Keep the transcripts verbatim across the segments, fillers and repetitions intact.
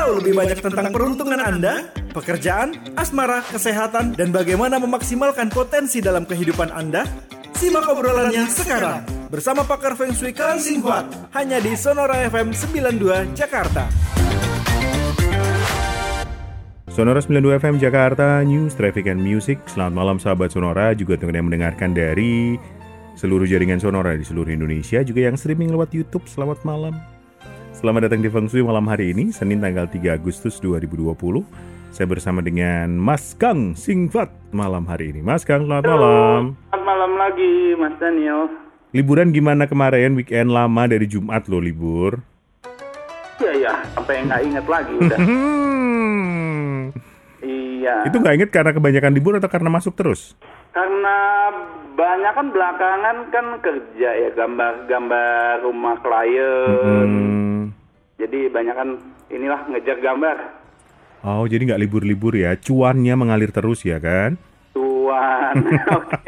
tahu lebih banyak tentang peruntungan Anda, pekerjaan, asmara, kesehatan, dan bagaimana memaksimalkan potensi dalam kehidupan Anda? Simak obrolannya sekarang bersama pakar Feng Shui Kang Sing Huat, hanya di Sonora F M sembilan puluh dua Jakarta. Sonora sembilan puluh dua F M Jakarta, News, Traffic and Music. Selamat malam sahabat Sonora, juga teman yang mendengarkan dari seluruh jaringan Sonora di seluruh Indonesia, juga yang streaming lewat YouTube. Selamat malam. Selamat datang di Feng Shui malam hari ini, Senin tanggal tiga Agustus dua ribu dua puluh. Saya bersama dengan Mas Kang Sing Huat malam hari ini. Mas Kang, selamat Halo, malam. Selamat malam lagi, Mas Daniel. Liburan gimana kemarin? Weekend lama dari Jumat loh libur. Iya, iya. Sampai nggak inget lagi udah. Iya. Itu nggak inget karena kebanyakan libur atau karena masuk terus? Karena banyak kan belakangan kan kerja ya, gambar-gambar rumah klien. Hmm. Jadi banyak kan inilah ngejar gambar. Oh, jadi nggak libur-libur ya? Cuannya mengalir terus ya kan? Tuan. Oke.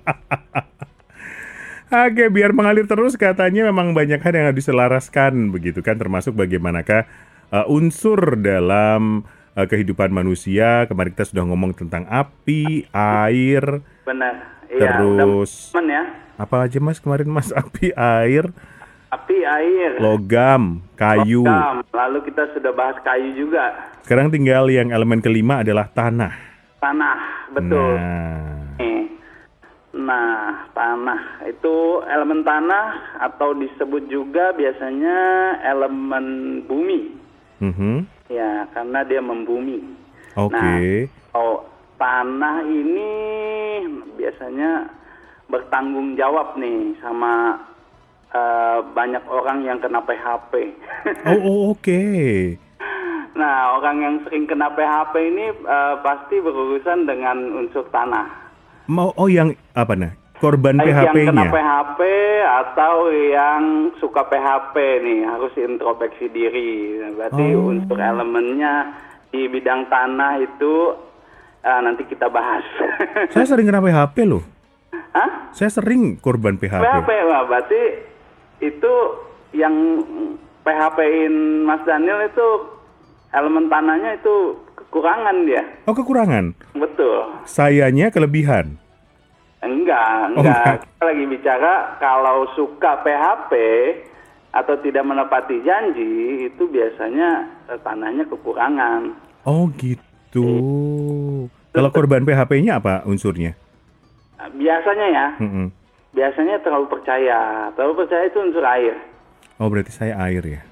Oke, biar mengalir terus katanya memang banyak hal yang harus diselaraskan begitu kan, termasuk bagaimanakah uh, unsur dalam uh, kehidupan manusia. Kemarin kita sudah ngomong tentang api, air. Benar. Iya, terus udah, ya. Apa aja Mas kemarin Mas? Api, air, api, air, logam, kayu. logam. Lalu kita sudah bahas kayu juga. Sekarang tinggal yang elemen kelima adalah tanah. Tanah, betul. Nah. Eh. Nah, tanah itu elemen tanah atau disebut juga biasanya elemen bumi. Mm-hmm. Ya, karena dia membumi. Oke. Okay. Nah, oh, tanah ini biasanya bertanggung jawab nih sama uh, banyak orang yang kena P H P. Oh, oh oke. Okay. Nah, orang yang sering kena P H P ini uh, pasti berurusan dengan unsur tanah. Mau oh yang apa nah? Korban Baik P H P-nya. Yang kena P H P atau yang suka P H P nih harus introspeksi diri. Berarti oh. unsur elemennya di bidang tanah itu uh, nanti kita bahas. Saya sering kena P H P loh. Hah? Saya sering korban P H P. P H P, wah, berarti itu yang P H P-in Mas Daniel itu elemen tanahnya itu kekurangan dia. Oh, kekurangan? Betul. Sayanya kelebihan? Enggak, enggak. Oh, enggak. Kita lagi bicara kalau suka P H P atau tidak menepati janji, itu biasanya eh, tanahnya kekurangan. Oh, gitu. Kalau korban P H P-nya apa unsurnya? Biasanya ya, Mm-mm. biasanya terlalu percaya. Terlalu percaya itu unsur air. Oh, berarti saya air ya?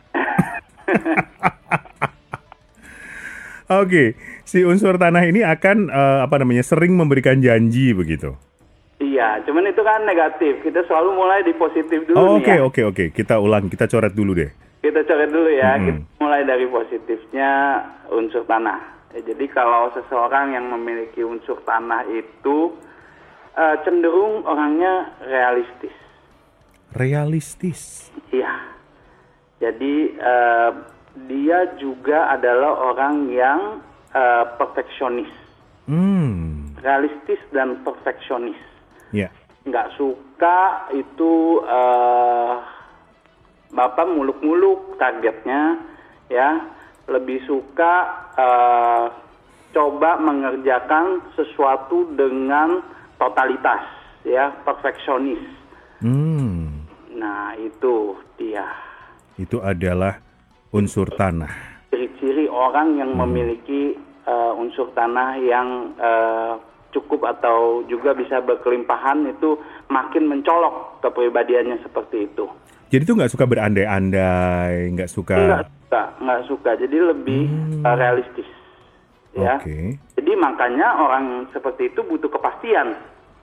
Oke, si unsur tanah ini akan uh, apa namanya sering memberikan janji begitu. Iya, cuman itu kan negatif. Kita selalu mulai di positif dulu oh, nih okay, ya. Oke, oke, oke. Kita ulang, kita coret dulu deh. Kita coret dulu ya. Mm-hmm. Kita mulai dari positifnya unsur tanah. Ya, jadi kalau seseorang yang memiliki unsur tanah itu uh, cenderung orangnya realistis. Realistis. Iya. Jadi uh, dia juga adalah orang yang uh, perfeksionis. Hmm. Realistis dan perfeksionis. Ya. Yeah. Nggak suka itu uh, Bapak muluk-muluk targetnya, ya. Lebih suka uh, coba mengerjakan sesuatu dengan totalitas, ya, perfeksionis. Hmm. Nah, itu dia. Itu adalah unsur tanah. Ciri-ciri orang yang hmm. memiliki uh, unsur tanah yang uh, cukup atau juga bisa berkelimpahan itu makin mencolok kepribadiannya seperti itu. Jadi itu nggak suka berandai-andai, nggak suka. Nggak suka, nggak suka. Jadi lebih hmm. uh, realistis. Ya. Okay. Jadi makanya orang seperti itu butuh kepastian.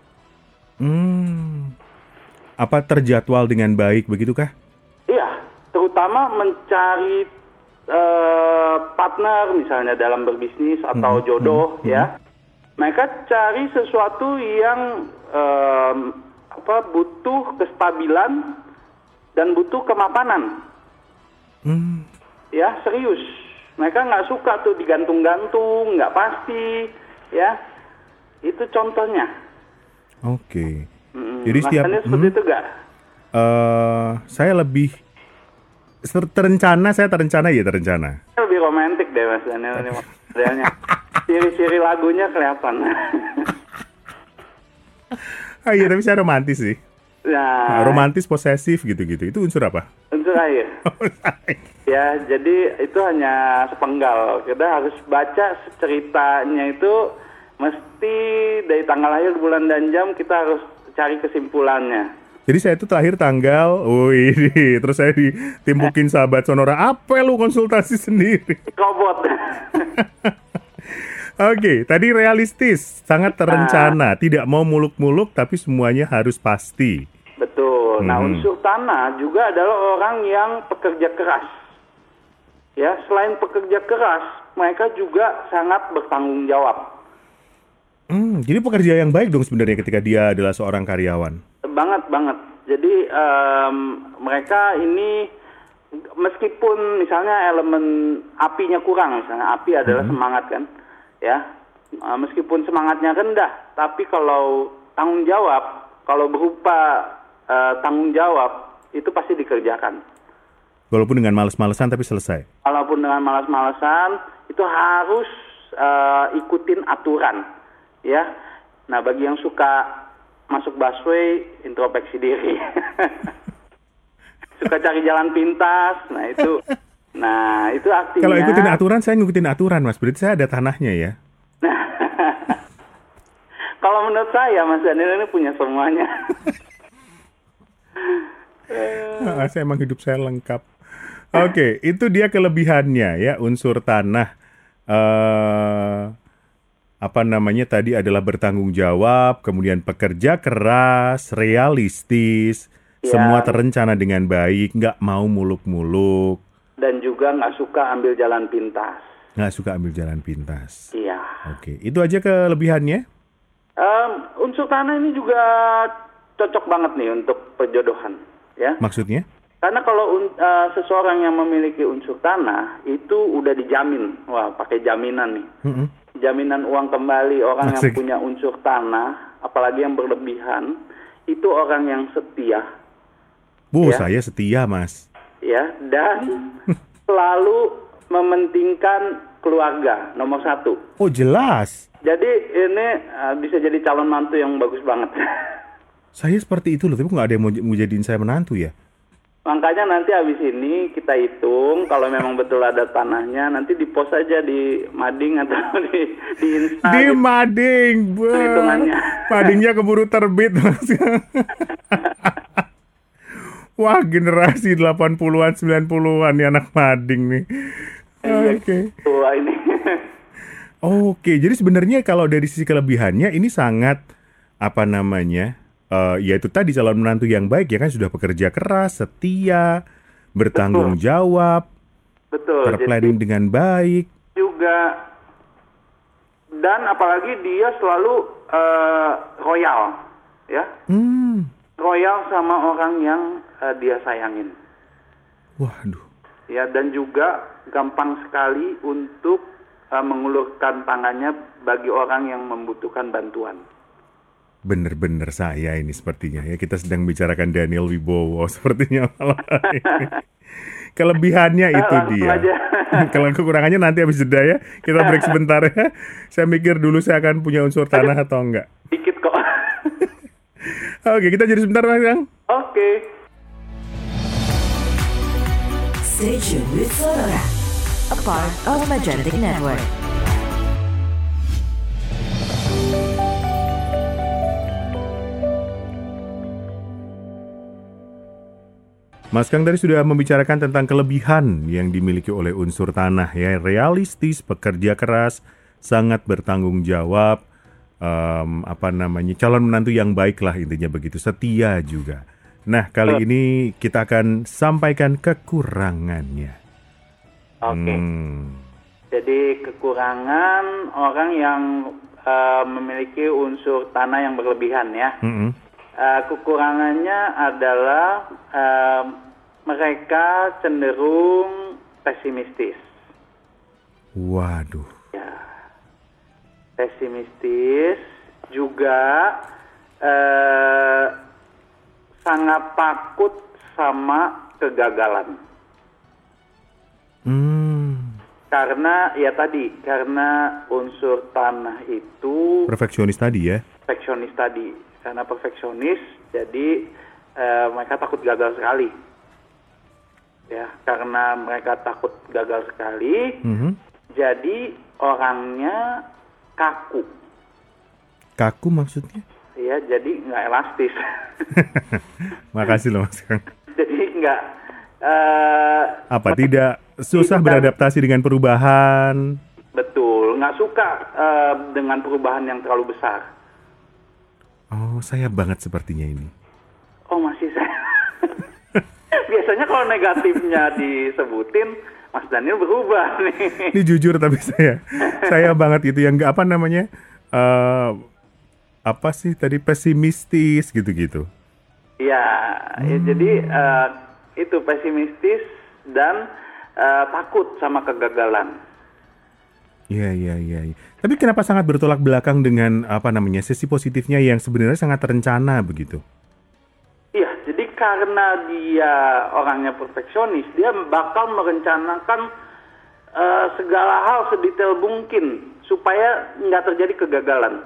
Hmm. Apa terjadwal dengan baik, begitukah? Iya, terutama mencari uh, partner misalnya dalam berbisnis atau hmm. jodoh, hmm. ya. Mereka cari sesuatu yang um, apa butuh kestabilan dan butuh kemapanan. Hmm. Ya, serius. Mereka nggak suka tuh digantung-gantung, nggak pasti, ya. Itu contohnya. Oke. Okay. Hmm, Jadi setiap seperti hmm, itu nggak? Uh, saya lebih terencana, saya terencana ya terencana. Lebih romantis deh Mas Daniel ini modelnya. Ciri-ciri lagunya kelihatan. Ah iya, tapi saya romantis sih. Nah, romantis, posesif gitu-gitu. Itu unsur apa? Unsur air. Ya, jadi itu hanya sepenggal. Kita harus baca ceritanya itu mesti dari tanggal lahir, bulan dan jam kita harus cari kesimpulannya. Jadi saya itu terakhir tanggal, oh ini, terus saya ditimpukin sahabat Sonora, apa lu konsultasi sendiri? Robot. Oke, tadi realistis, sangat terencana, nah, tidak mau muluk-muluk tapi semuanya harus pasti. Betul. Nah, hmm. unsur tanah juga adalah orang yang pekerja keras. Ya, selain pekerja keras, mereka juga sangat bertanggung jawab. Hmm, jadi pekerja yang baik dong sebenarnya ketika dia adalah seorang karyawan. Banget banget. Jadi um, mereka ini meskipun misalnya elemen apinya kurang, misalnya api adalah hmm. semangat kan, ya uh, meskipun semangatnya rendah, tapi kalau tanggung jawab, kalau berupa uh, tanggung jawab itu pasti dikerjakan. Walaupun dengan malas-malasan tapi selesai. Walaupun dengan malas-malasan itu harus uh, ikutin aturan, ya. Nah bagi yang suka masuk busway, introspeksi diri. Suka cari jalan pintas, nah itu, nah itu artinya. Kalau ikutin aturan, saya ngikutin aturan, Mas. Berarti saya ada tanahnya ya. Kalau menurut saya, Mas Daniel ini punya semuanya. Nah, saya emang hidup saya lengkap. Oke, okay, itu dia kelebihannya ya, unsur tanah. Uh, apa namanya tadi adalah bertanggung jawab, kemudian pekerja keras, realistis, ya, semua terencana dengan baik, nggak mau muluk-muluk. Dan juga nggak suka ambil jalan pintas. Nggak suka ambil jalan pintas. Iya. Oke, itu aja kelebihannya? Um, unsur tanah ini juga cocok banget nih untuk perjodohan, ya. Maksudnya? Karena kalau uh, seseorang yang memiliki unsur tanah itu udah dijamin, wah pakai jaminan nih. Mm-hmm. Jaminan uang kembali orang Masih. yang punya unsur tanah, apalagi yang berlebihan, itu orang yang setia. Bu, ya. saya setia, Mas. Ya, dan selalu mementingkan keluarga, nomor satu. Oh, jelas. Jadi ini uh, bisa jadi calon mantu yang bagus banget. Saya seperti itu loh, tapi nggak ada yang mau, mau jadiin saya menantu ya. Makanya nanti habis ini kita hitung kalau memang betul ada tanahnya, nanti di post aja di Mading atau di di Insta. Di gitu. Mading, hitungannya. Madingnya keburu terbit. Wah, generasi delapan puluhan, sembilan puluhan nih anak Mading nih. Oke. Okay. Tua ini. Oke, jadi sebenarnya kalau dari sisi kelebihannya ini sangat apa namanya? Uh, ya itu tadi calon menantu yang baik ya kan, sudah bekerja keras, setia, bertanggung Betul. jawab, Betul. terplanning Jadi, dengan baik. Juga, dan apalagi dia selalu uh, royal, ya, hmm. royal sama orang yang uh, dia sayangin. Waduh. Ya, dan juga gampang sekali untuk uh, mengulurkan tangannya bagi orang yang membutuhkan bantuan. Bener-bener saya ini sepertinya ya, kita sedang bicarakan Daniel Wibowo sepertinya malam hari ini. Kelebihannya itu dia. Kalau kekurangannya nanti habis jeda ya. Kita break sebentar ya. Saya mikir dulu saya akan punya unsur tanah atau enggak. Dikit kok. Oke, kita jadi sebentar Mas Kang. Oke. Stay tuned with Sonora, a part of Magentic Network. Mas Kang tadi sudah membicarakan tentang kelebihan yang dimiliki oleh unsur tanah ya, realistis, pekerja keras, sangat bertanggung jawab, um, apa namanya calon menantu yang baik lah intinya begitu, setia juga. Nah kali ini kita akan sampaikan kekurangannya. Oke. Okay. Hmm. Jadi kekurangan orang yang uh, memiliki unsur tanah yang berlebihan ya. Mm-hmm. Uh, kekurangannya adalah uh, mereka cenderung pesimistis. Waduh. Ya, pesimistis juga uh, sangat takut sama kegagalan. Hmm. Karena ya tadi, karena unsur tanah itu Perfeksionis tadi ya? perfeksionis tadi. Karena perfeksionis, jadi eh, mereka takut gagal sekali. Ya, karena mereka takut gagal sekali, Mhm. jadi orangnya kaku. Kaku maksudnya? Ya, jadi nggak elastis. Makasih loh Mas Kang. Jadi nggak eh, Apa tidak susah beradaptasi dengan perubahan? betul, nggak suka eh, dengan perubahan yang terlalu besar. Oh, saya banget sepertinya ini. Oh, masih saya. Biasanya kalau negatifnya disebutin, Mas Daniel berubah nih. Ini jujur tapi saya saya banget itu yang nggak apa namanya eh apa sih tadi pesimistis gitu-gitu. Ya, ya jadi eh, itu pesimistis dan eh, takut sama kegagalan. Iya iya iya. iya. Tapi kenapa sangat bertolak belakang dengan apa namanya sisi positifnya yang sebenarnya sangat terencana begitu? Iya, jadi karena dia orangnya perfeksionis, dia bakal merencanakan eh, segala hal sedetail mungkin supaya nggak terjadi kegagalan.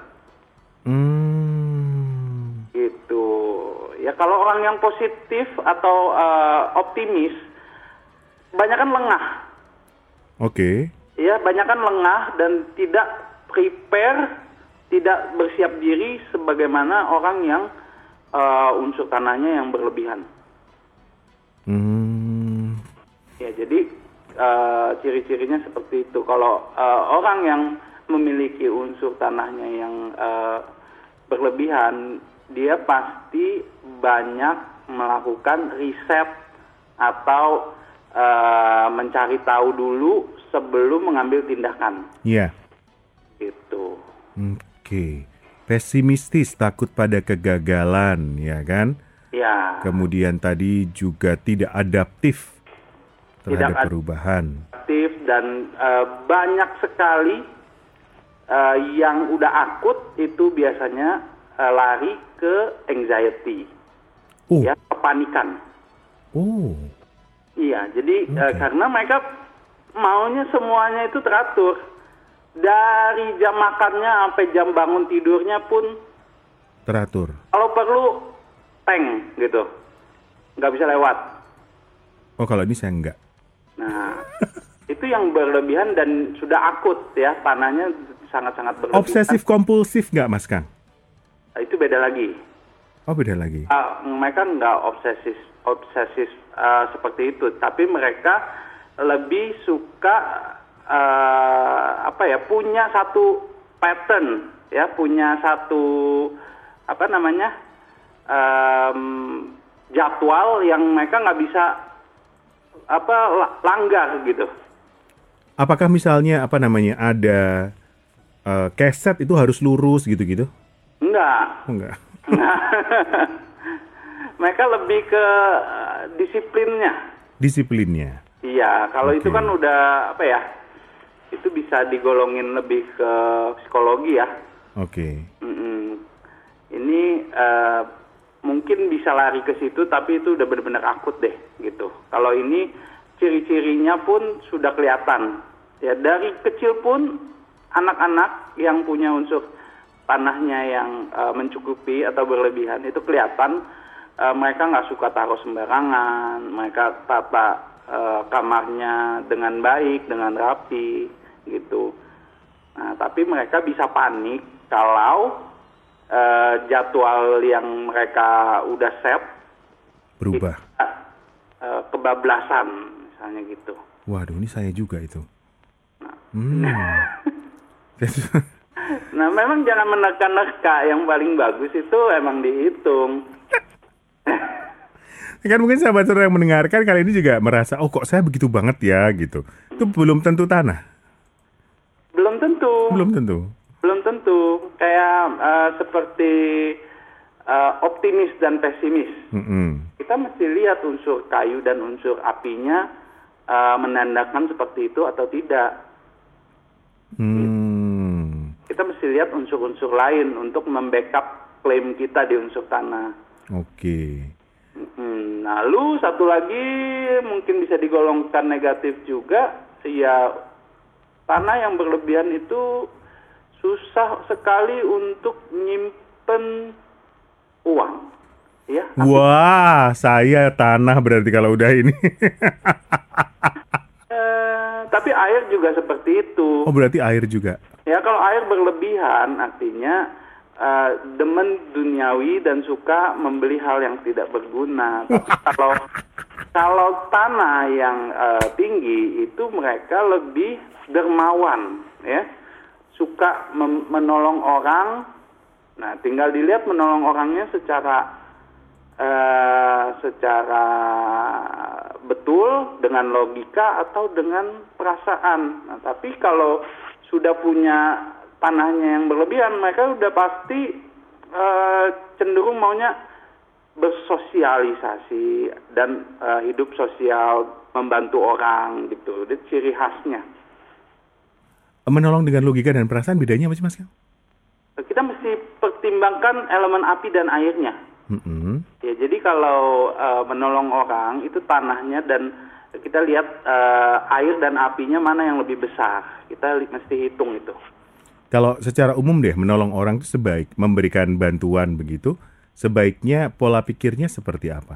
Hmm. Gitu. Ya kalau orang yang positif atau eh, optimis, banyak kan lengah. Oke. Ya, banyak kan lengah dan tidak prepare, tidak bersiap diri sebagaimana orang yang uh, unsur tanahnya yang berlebihan. Hmm. Ya, jadi uh, ciri-cirinya seperti itu. Kalau uh, orang yang memiliki unsur tanahnya yang uh, berlebihan, dia pasti banyak melakukan riset atau uh, mencari tahu dulu sebelum mengambil tindakan. Iya. Gitu. Oke. Pesimistis, takut pada kegagalan, ya kan? Ya. Kemudian tadi juga tidak adaptif terhadap Tidak perubahan. Aktif dan uh, banyak sekali uh, yang udah akut itu biasanya uh, lari ke anxiety. Oh. Ya, kepanikan. Oh. Iya, jadi Oke. uh, karena mereka maunya semuanya itu teratur. Dari jam makannya sampai jam bangun tidurnya pun Teratur. kalau perlu tank gitu. Nggak bisa lewat. Oh, kalau ini saya enggak. Nah, itu yang berlebihan dan sudah akut ya, tanahnya sangat-sangat berlebihan. Obsesif kompulsif nggak, Mas Kang? Itu beda lagi. Oh, beda lagi. Uh, mereka nggak obsesif, obsesif uh, seperti itu, tapi mereka lebih suka uh, apa ya, punya satu pattern ya, punya satu apa namanya um, jadwal yang mereka nggak bisa apa langgar gitu. Apakah misalnya apa namanya ada uh, keset itu harus lurus gitu-gitu? Enggak. Oh, enggak. Mereka lebih ke uh, disiplinnya. Disiplinnya. Iya, kalau Oke. itu kan udah apa ya? Itu bisa digolongin lebih ke psikologi ya. Oke. Mm-mm. Ini uh, mungkin bisa lari ke situ, tapi itu udah benar-benar akut deh, gitu. Kalau ini ciri-cirinya pun sudah kelihatan. Ya, dari kecil pun anak-anak yang punya unsur tanahnya yang uh, mencukupi atau berlebihan itu kelihatan. Uh, mereka nggak suka taruh sembarangan, mereka tata uh, kamarnya dengan baik, dengan rapi, gitu. Nah, tapi mereka bisa panik kalau uh, jadwal yang mereka udah set Berubah. uh, kebablasan, misalnya gitu. Waduh, ini saya juga itu. Hmm. Nah, memang jangan menerka-nerka, yang paling bagus itu emang dihitung. Kan mungkin sahabat saudara yang mendengarkan kali ini juga merasa, oh kok saya begitu banget ya gitu. Itu belum tentu tanah. Belum tentu. Belum tentu. Belum tentu. Kayak uh, seperti uh, optimis dan pesimis. Mm-mm. Kita mesti lihat unsur kayu dan unsur apinya uh, menandakan seperti itu atau tidak. Hmm. Kita mesti lihat unsur-unsur lain untuk membackup klaim kita di unsur tanah. Oke. Hmm, lalu satu lagi mungkin bisa digolongkan negatif juga, ya tanah yang berlebihan itu susah sekali untuk nyimpen uang, ya. Wah, saya tanah berarti kalau udah ini. eh, tapi air juga seperti itu. Oh, berarti air juga. Ya, kalau air berlebihan artinya uh, demen duniawi dan suka membeli hal yang tidak berguna. Tapi kalau kalau tanah yang uh, tinggi itu mereka lebih dermawan, ya, suka mem- menolong orang. Nah, tinggal dilihat menolong orangnya secara uh, secara betul dengan logika atau dengan perasaan. Nah, tapi kalau sudah punya tanahnya yang berlebihan, mereka sudah pasti uh, cenderung maunya bersosialisasi dan uh, hidup sosial, membantu orang gitu. Itu ciri khasnya. Menolong dengan logika dan perasaan bedanya apa sih, Mas? Kita mesti pertimbangkan elemen api dan airnya. Mm-hmm. Ya, jadi kalau uh, menolong orang itu tanahnya dan kita lihat uh, air dan apinya mana yang lebih besar. Kita li- mesti hitung itu. Kalau secara umum deh, menolong orang itu sebaik memberikan bantuan begitu, sebaiknya pola pikirnya seperti apa?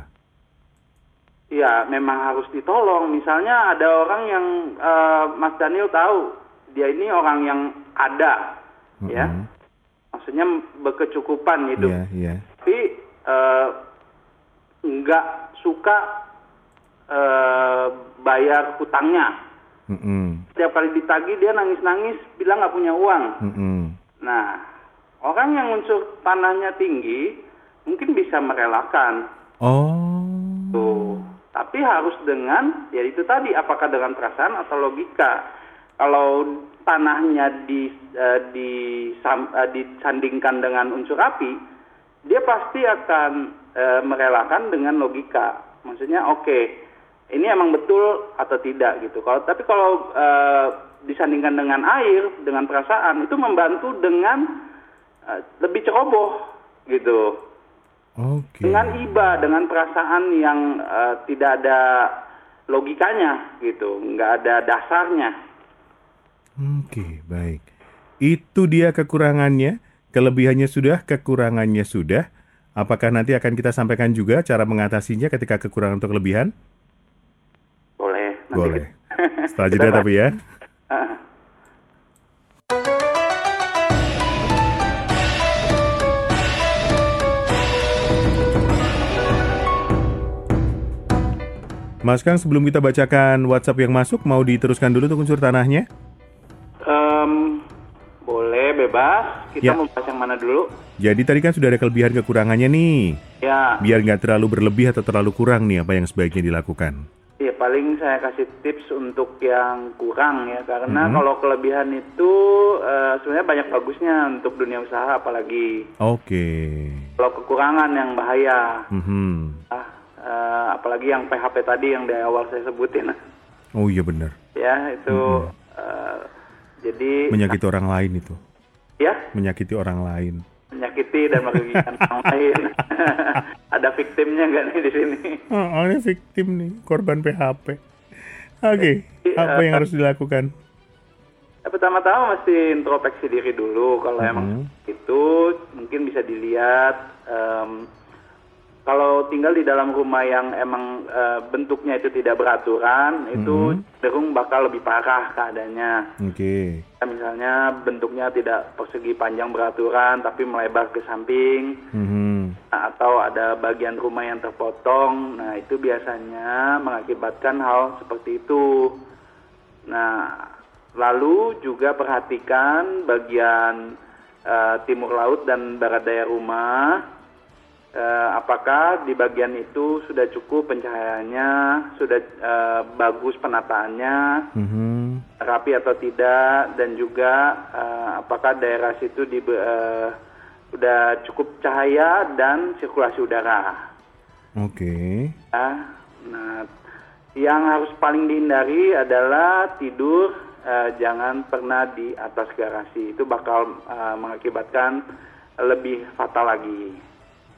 Ya, memang harus ditolong. Misalnya ada orang yang uh, Mas Daniel tahu dia ini orang yang ada, mm-hmm. ya. Maksudnya berkecukupan hidup, yeah, yeah. tapi uh, nggak suka uh, bayar hutangnya. Mm-hmm. Setiap kali ditagih dia nangis-nangis, bilang nggak punya uang. Mm-hmm. Nah, orang yang unsur tanahnya tinggi mungkin bisa merelakan. Oh. Tuh. Tapi harus dengan, ya itu tadi, apakah dengan perasaan atau logika. Kalau tanahnya di, uh, di, sam, uh, disandingkan dengan unsur api, dia pasti akan uh, merelakan dengan logika. Maksudnya, oke, okay, ini emang betul atau tidak gitu. Kalau tapi kalau uh, disandingkan dengan air, dengan perasaan, itu membantu dengan uh, lebih ceroboh gitu. Okay. Dengan iba, dengan perasaan yang uh, tidak ada logikanya gitu, nggak ada dasarnya. Oke, okay, baik. Itu dia kekurangannya, kelebihannya sudah, kekurangannya sudah. Apakah nanti akan kita sampaikan juga cara mengatasinya ketika kekurangan atau kelebihan? Boleh. Nanti Boleh. Kita... Setelah jeda tapi ya. Uh. Mas Kang, sebelum kita bacakan WhatsApp yang masuk, mau diteruskan dulu untuk unsur tanahnya? Um, boleh, bebas. Kita ya. Mau bahas yang mana dulu? Jadi tadi kan sudah ada kelebihan kekurangannya nih. Ya. Biar nggak terlalu berlebih atau terlalu kurang nih, apa yang sebaiknya dilakukan? Ya, paling saya kasih tips untuk yang kurang ya. Karena mm-hmm. kalau kelebihan itu uh, sebenarnya banyak bagusnya untuk dunia usaha apalagi. Oke. Okay. Kalau kekurangan yang bahaya. Mm-hmm. Ah, uh, apalagi yang P H P tadi yang dari awal saya sebutin. Oh iya benar. Ya, itu... Mm-hmm. Uh, Jadi menyakiti nah, orang lain itu. Ya? Menyakiti orang lain. Menyakiti dan merugikan orang lain. Ada victimnya nggak nih di sini? Oh, ini victim nih, korban P H P. Oke, okay. apa uh, yang harus dilakukan? Ya, pertama-tama mesti introspeksi diri dulu. Kalau mm-hmm. emang itu mungkin bisa dilihat. Um, Kalau tinggal di dalam rumah yang emang e, bentuknya itu tidak beraturan, itu mm-hmm. cenderung bakal lebih parah keadaannya. Oke. Okay. Misalnya bentuknya tidak persegi panjang beraturan, tapi melebar ke samping, mm-hmm. nah, atau ada bagian rumah yang terpotong. Nah, itu biasanya mengakibatkan hal seperti itu. Nah, lalu juga perhatikan bagian e, timur laut dan barat daya rumah. Uh, apakah di bagian itu sudah cukup pencahayaannya, sudah uh, bagus penataannya, mm-hmm. rapi atau tidak, dan juga uh, apakah daerah situ di, uh, sudah cukup cahaya dan sirkulasi udara. Oke. Okay. Nah, nah, yang harus paling dihindari adalah tidur uh, jangan pernah di atas garasi. Itu bakal uh, mengakibatkan lebih fatal lagi.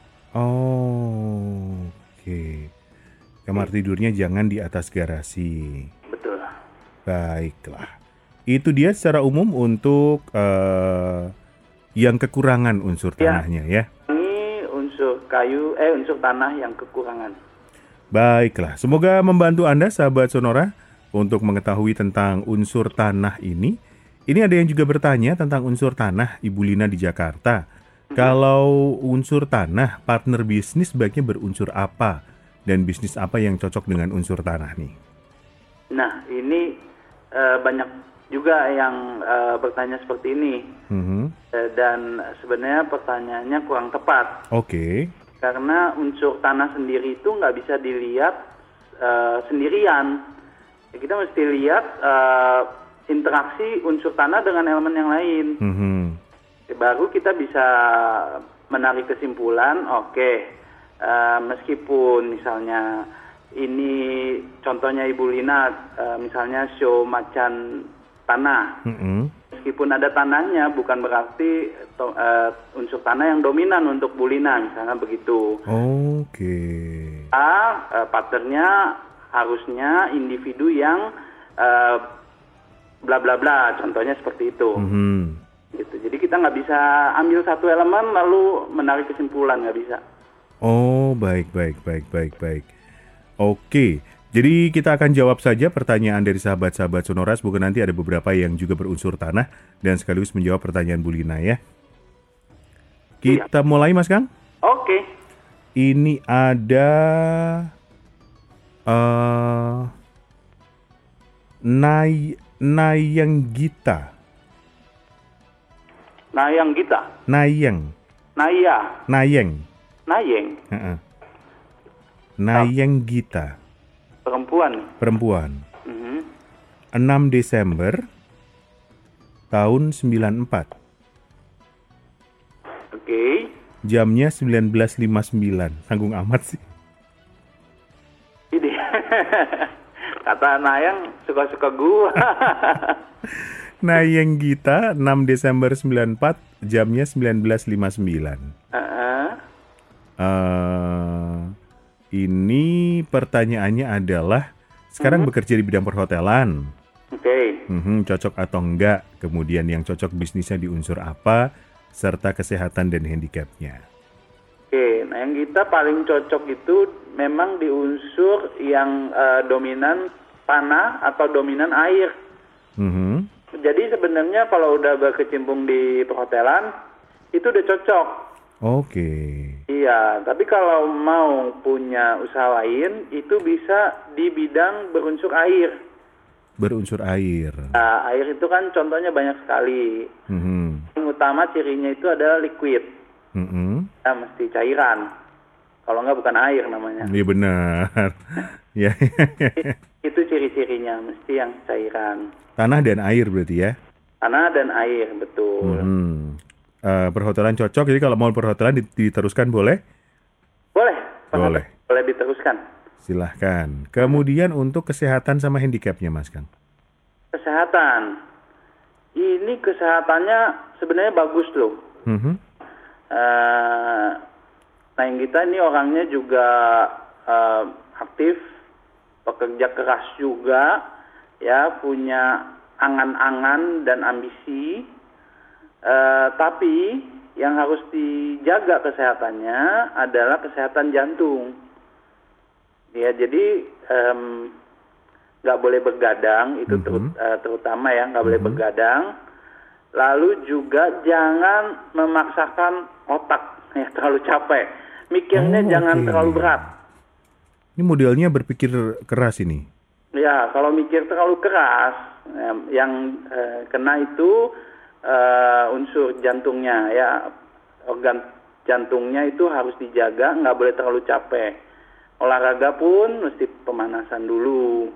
Oh, oke. Okay. Kamar tidurnya jangan di atas garasi. Betul. Baiklah. Itu dia secara umum untuk uh, yang kekurangan unsur tanahnya ya. Ini unsur kayu, eh unsur tanah yang kekurangan. Baiklah, semoga membantu Anda sahabat Sonora untuk mengetahui tentang unsur tanah ini. Ini ada yang juga bertanya tentang unsur tanah Ibu Lina di Jakarta. Hmm. Kalau unsur tanah, partner bisnis sebaiknya berunsur apa? Dan bisnis apa yang cocok dengan unsur tanah nih? Nah, ini uh, banyak juga yang uh, bertanya seperti ini. Mm-hmm. Uh, dan sebenarnya pertanyaannya kurang tepat. Oke. Okay. Karena unsur tanah sendiri itu nggak bisa dilihat uh, sendirian. Ya, kita mesti lihat uh, interaksi unsur tanah dengan elemen yang lain. Mm-hmm. Ya, baru kita bisa menarik kesimpulan, oke, okay, uh, meskipun misalnya ini contohnya Ibu Lina, uh, misalnya show macan tanah. Mm-hmm. Meskipun ada tanahnya, bukan berarti to, uh, unsur tanah yang dominan untuk Bu Lina, misalnya begitu. Oke. Okay. A, uh, partnernya harusnya individu yang uh, bla bla bla, contohnya seperti itu. Mm-hmm. Gitu. Jadi kita nggak bisa ambil satu elemen lalu menarik kesimpulan, nggak bisa. Oh, baik, baik, baik, baik, baik. Oke, jadi kita akan jawab saja pertanyaan dari sahabat-sahabat Sonora. Semoga nanti ada beberapa yang juga berunsur tanah dan sekaligus menjawab pertanyaan Bu Lina ya. Kita iya. mulai Mas Kang? Oke. Ini ada uh, Nay Nayang Gita. Nayang Gita. Nayang. Naya. Nayeng. Nayeng. Uh-uh. Nayang Gita. Perempuan. Perempuan. Mm-hmm. enam Desember tahun sembilan empat. Oke. Okay. Jamnya sembilan belas lima puluh sembilan. Tanggung amat sih. Ini. Kata Nayang suka-suka gua. Nayang Gita enam Desember sembilan empat, jamnya sembilan belas lima puluh sembilan. Uh-uh. Uh, ini pertanyaannya adalah sekarang uh-huh. bekerja di bidang perhotelan. Oke. Okay. Uh-huh, cocok atau enggak? Kemudian yang cocok bisnisnya di unsur apa? Serta kesehatan dan handicapnya. Oke, okay. Nah yang kita paling cocok itu memang di unsur yang uh, dominan tanah atau dominan air. Uh-huh. Jadi sebenarnya kalau udah berkecimpung di perhotelan itu udah cocok. Oke. Okay. Iya, tapi kalau mau punya usaha lain itu bisa di bidang berunsur air. Berunsur air. Nah, air itu kan contohnya banyak sekali. Mm-hmm. Yang utama cirinya itu adalah liquid. Mm-hmm. Ya, mesti cairan. Kalau enggak bukan air namanya. Iya benar. Ya. Itu ciri-cirinya, mesti yang cairan. Tanah dan air berarti ya? Tanah dan air, betul. Mm-hmm. Uh, perhotelan cocok, jadi kalau mau perhotelan diteruskan boleh? Boleh. Boleh. Boleh diteruskan. Silahkan. Kemudian untuk kesehatan sama handicapnya Mas Kang? Kesehatan. Ini kesehatannya sebenarnya bagus loh. Mm-hmm. Uh, nah yang kita ini orangnya juga uh, aktif, pekerja keras juga, ya punya angan-angan dan ambisi. Uh, tapi yang harus dijaga kesehatannya adalah kesehatan jantung. Ya, jadi nggak um, boleh begadang, itu mm-hmm. terut, uh, terutama ya, nggak mm-hmm. boleh begadang. Lalu juga jangan memaksakan otak, ya terlalu capek. Mikirnya oh, jangan okay. terlalu berat. Ini modelnya berpikir keras ini. Ya, kalau mikir terlalu keras, ya, yang uh, kena itu Uh, unsur jantungnya ya, organ jantungnya itu harus dijaga, nggak boleh terlalu capek. Olahraga pun mesti pemanasan dulu.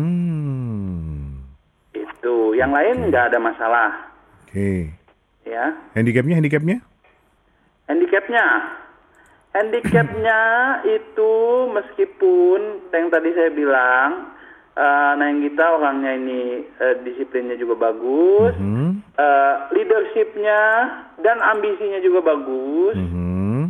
Hmm. Itu, yang okay. lain nggak ada masalah. Oke. Okay. Ya. Handicapnya, handicapnya? Handicapnya, handicapnya itu meskipun yang tadi saya bilang. Uh, nah yang kita orangnya ini uh, disiplinnya juga bagus, mm-hmm. uh, leadershipnya dan ambisinya juga bagus, mm-hmm.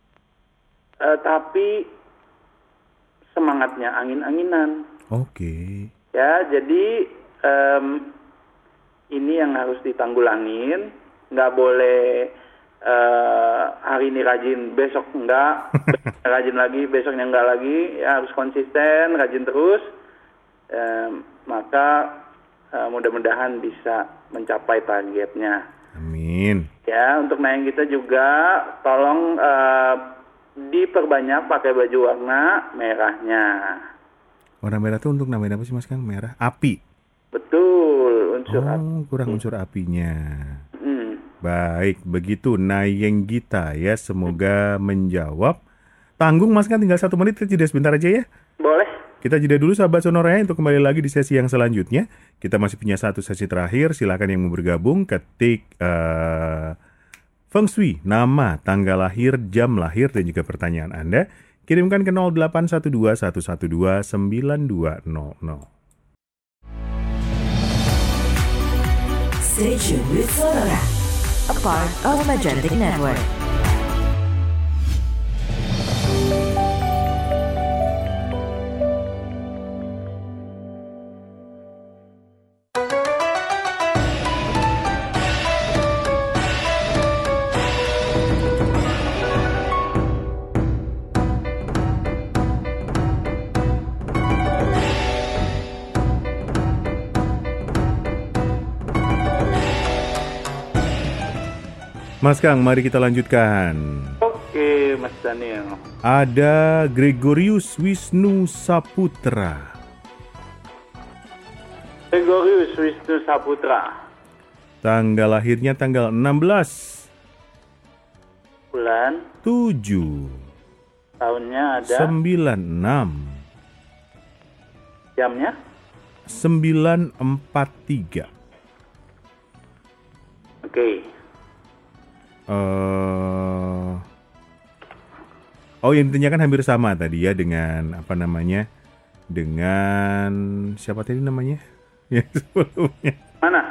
uh, tapi semangatnya angin-anginan. Oke. Okay. Ya jadi um, ini yang harus ditanggulangin. Nggak boleh uh, hari ini rajin, besok enggak, besok rajin lagi, besoknya enggak lagi. Ya, harus konsisten, rajin terus. Uh, maka uh, mudah-mudahan bisa mencapai targetnya. Amin. Ya, untuk Nayeng kita juga tolong uh, diperbanyak pakai baju warna merahnya. Warna merah tuh untuk namain apa sih Mas Kang? Merah? Api? Betul, unsur oh, api. kurang unsur apinya. Hmm. Baik, begitu Nayeng Gita ya, semoga menjawab. Tanggung Mas Kang, tinggal satu menit, kita jeda sebentar aja ya. Boleh. Kita jeda dulu sahabat Sonora ya, untuk kembali lagi di sesi yang selanjutnya. Kita masih punya satu sesi terakhir, silakan yang mau bergabung ketik uh, Feng Shui, nama, tanggal lahir, jam lahir, dan juga pertanyaan Anda. Kirimkan ke nol delapan satu dua satu satu dua sembilan dua nol nol. Stay tuned with Sonora, a part of Magentic Network. Mas Kang, mari kita lanjutkan. Oke, Mas Daniel. Ada Gregorius Wisnu Saputra. Gregorius Wisnu Saputra. Tanggal lahirnya tanggal enam belas Bulan. tujuh. Tahunnya ada. sembilan enam. Jamnya. sembilan empat tiga. Oke. Uh, oh yang ditanyakan hampir sama tadi ya dengan apa namanya, dengan siapa tadi namanya ya sebelumnya. Mana?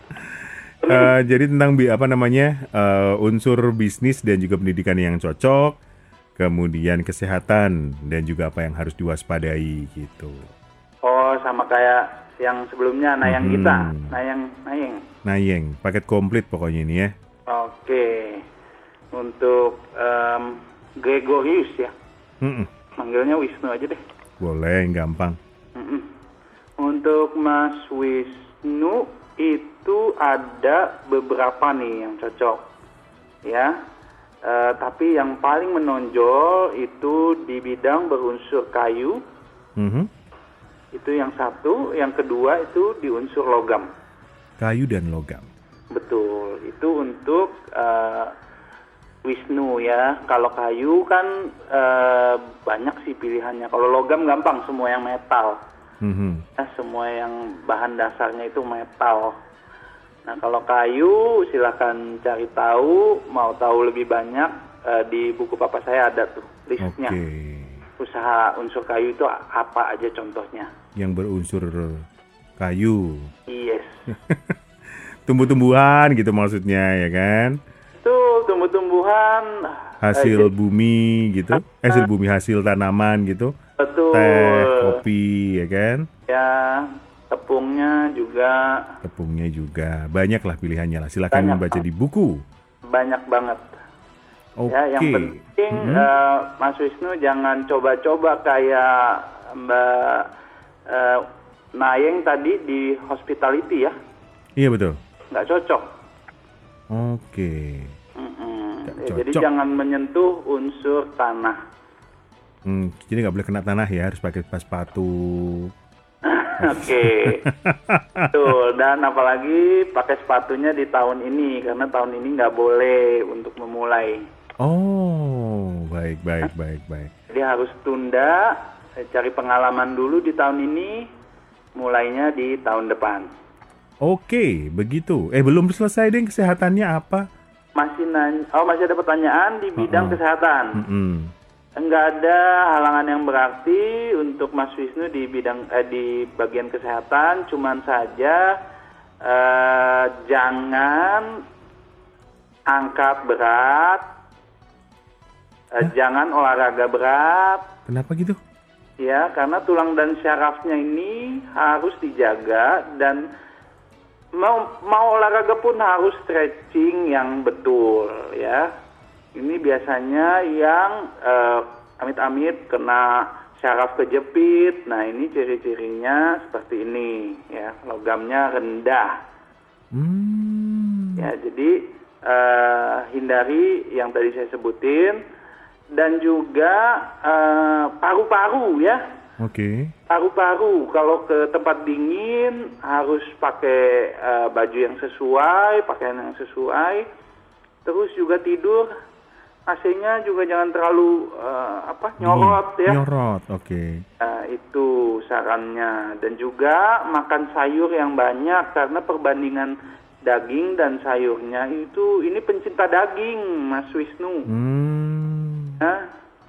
Uh, jadi tentang bi apa namanya uh, unsur bisnis dan juga pendidikan yang cocok, kemudian kesehatan dan juga apa yang harus diwaspadai gitu. Oh, sama kayak yang sebelumnya Nayeng Hmm. kita, Nayeng, Nayeng. Nayeng, paket komplit pokoknya ini ya. Oke, untuk um, Gregorius ya, Mm-mm. manggilnya Wisnu aja deh. Boleh, gampang. Mm-mm. Untuk Mas Wisnu itu ada beberapa nih yang cocok, ya. Uh, tapi yang paling menonjol itu di bidang berunsur kayu. Mm-hmm. Itu yang satu, yang kedua itu di unsur logam. Kayu dan logam. Betul, itu untuk uh, Wisnu ya. Kalau kayu kan uh, banyak sih pilihannya. Kalau logam gampang, semua yang metal. Mm-hmm. Ya, semua yang bahan dasarnya itu metal. Nah kalau kayu silakan cari tahu, mau tahu lebih banyak uh, di buku papa saya ada tuh listnya. Oke. Usaha unsur kayu itu apa aja contohnya? Yang berunsur kayu. Yes. Tumbuh-tumbuhan gitu maksudnya ya kan? Itu tumbuh-tumbuhan Hasil eh, bumi gitu. Eh, hasil bumi, hasil tanaman gitu. betul. Teh, kopi ya kan? Ya, tepungnya juga Tepungnya juga. Banyak lah pilihannya lah. Silakan Banyak, membaca Pak. di buku. banyak banget. Oke. Ya, yang penting Mhm. eh, Mas Wisnu jangan coba-coba kayak Mbak eh, Nayeng tadi di hospitality ya. Iya betul. Nggak cocok. Oke. Mm-mm. Nggak Ya, jadi cocok. jangan menyentuh unsur tanah. Hmm, jadi nggak boleh kena tanah ya. Harus pakai sepatu. Oke. Betul. Dan apalagi pakai sepatunya di tahun ini karena tahun ini nggak boleh untuk memulai. Oh, baik, baik, baik, baik. Jadi harus tunda, eh, cari pengalaman dulu di tahun ini, mulainya di tahun depan. Oke, begitu. Eh, belum selesai deh kesehatannya apa? Masih nanya, oh masih ada pertanyaan di bidang Uh-uh. kesehatan. Mm-mm. Enggak ada halangan yang berarti untuk Mas Wisnu di bidang eh, di bagian kesehatan, cuman saja eh, jangan angkat berat, eh, jangan olahraga berat. Kenapa gitu? Ya, karena tulang dan syarafnya ini harus dijaga dan mau mau olahraga pun harus stretching yang betul ya. Ini biasanya yang uh, amit-amit kena syaraf kejepit. Nah, ini ciri-cirinya seperti ini ya, logamnya rendah. Hmm. Ya, jadi uh, hindari yang tadi saya sebutin, dan juga uh, paru-paru ya. Oke. Okay. Paru-paru, kalau ke tempat dingin harus pakai uh, baju yang sesuai, pakaian yang sesuai. Terus juga tidur, A C-nya juga jangan terlalu uh, apa nyorot ya. Nyorot, oke. Okay. Uh, itu sarannya. Dan juga makan sayur yang banyak, karena perbandingan daging dan sayurnya itu, ini pencinta daging, Mas Wisnu. Hmm. Nah,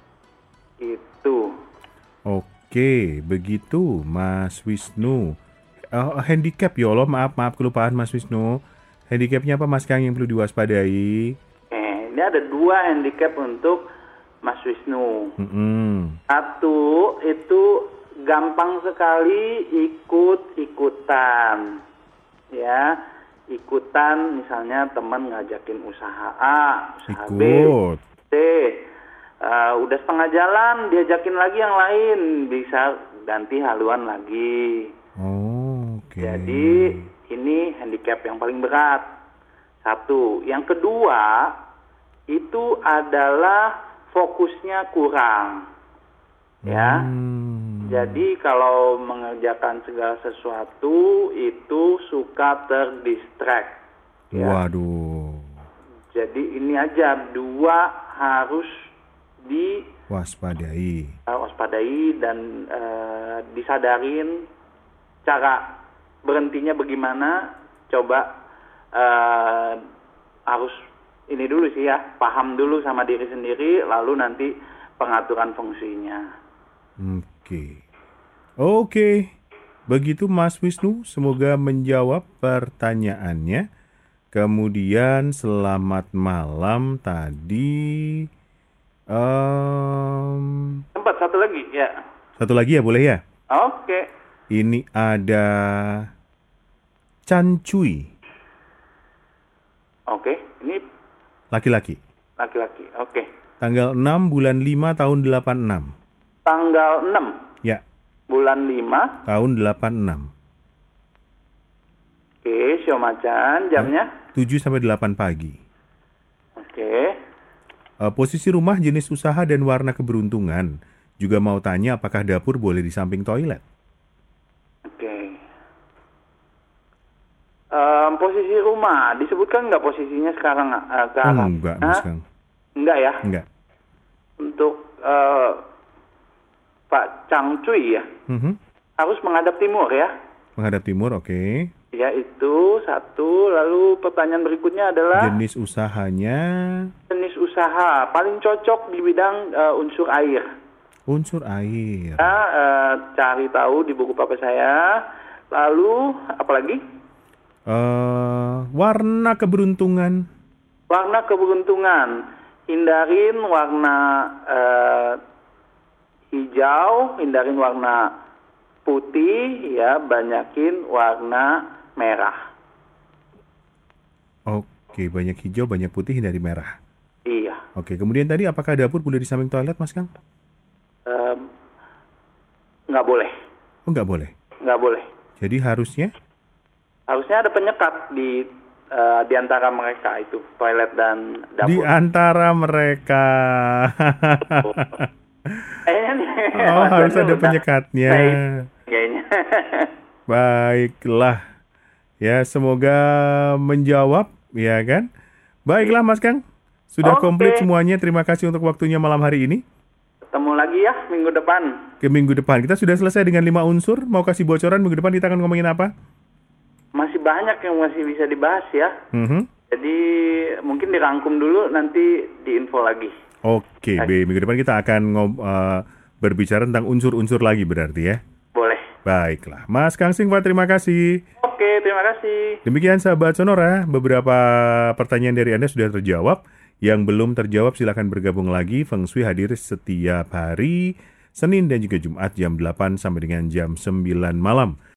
itu. Oke, begitu Mas Wisnu. Uh, handicap ya Allah, maaf maaf kelupaan Mas Wisnu. Handicapnya apa Mas Kang yang perlu diwaspadai? Eh, ini ada dua handicap untuk Mas Wisnu. Mm-hmm. Satu, itu gampang sekali ikut-ikutan. Ya, ikutan misalnya teman ngajakin usaha A, usaha Ikut. B, C. Uh, udah setengah jalan, diajakin lagi yang lain, bisa ganti haluan lagi. Oh, oke. Okay. Jadi ini handicap yang paling berat. Satu. Yang kedua, itu adalah fokusnya kurang. Ya. Hmm. Jadi kalau mengerjakan segala sesuatu itu suka terdistract. Ya. Waduh. Jadi ini aja, dua harus di waspadai, uh, waspadai dan uh, disadarin cara berhentinya bagaimana. Coba uh, harus ini dulu sih ya, paham dulu sama diri sendiri, lalu nanti pengaturan fungsinya. Oke, okay. Oke, okay. Begitu Mas Wisnu, semoga menjawab pertanyaannya. Kemudian selamat malam tadi. Um, Sempat satu lagi ya. Satu lagi ya, boleh ya? Oke. Okay. Ini ada Chan Cui. Oke, okay. Ini laki-laki. Laki-laki, oke. Okay. Tanggal enam bulan lima tahun delapan enam. Tanggal enam? Ya. Bulan lima? Tahun delapan enam. Oke, okay, Siomacan, jamnya? tujuh sampai delapan pagi. Oke. Okay. Uh, posisi rumah, jenis usaha, dan warna keberuntungan. Juga mau tanya apakah dapur boleh di samping toilet? Oke. Okay. Um, posisi rumah, disebutkan nggak posisinya sekarang? Uh, ke arah? Enggak, Mas Kang. Enggak ya? Enggak. Untuk uh, Pak Chang Cui ya? Mm-hmm. Harus menghadap timur ya? Menghadap timur, oke. Okay. Ya, itu satu. Lalu pertanyaan berikutnya adalah jenis usahanya. Jenis usaha paling cocok di bidang uh, unsur air. Unsur air. Ya, uh, cari tahu di buku papa saya. Lalu apa lagi? Uh, warna keberuntungan. Warna keberuntungan. Hindarin warna uh, hijau, hindarin warna putih, ya, banyakin warna merah. Oke, banyak hijau, banyak putih, hindari merah. Iya. Oke, kemudian tadi apakah dapur boleh di samping toilet, Mas Kang? Um, nggak boleh. Oh, nggak boleh? Nggak boleh. Jadi harusnya? Harusnya ada penyekat di uh, di antara mereka itu, toilet dan dapur. Di antara mereka. Oh, oh harus ada penyekatnya. Kayaknya. Baiklah. Ya, semoga menjawab, ya kan? Baiklah Mas Kang. Sudah Oke. komplit semuanya. Terima kasih untuk waktunya malam hari ini. Ketemu lagi ya minggu depan. Ke minggu depan. Kita sudah selesai dengan lima unsur. Mau kasih bocoran minggu depan kita akan ngomongin apa? Masih banyak yang masih bisa dibahas ya. Mm-hmm. Jadi mungkin dirangkum dulu, nanti diinfo lagi. Oke, B. Minggu depan kita akan ngob- uh, berbicara tentang unsur-unsur lagi berarti ya? Boleh. Baiklah. Mas Kang Singfa, terima kasih. Oke, terima kasih. Demikian sahabat Sonora, beberapa pertanyaan dari Anda sudah terjawab. Yang belum terjawab silakan bergabung lagi. Feng Shui hadir setiap hari, Senin dan juga Jumat jam delapan sampai dengan jam sembilan malam.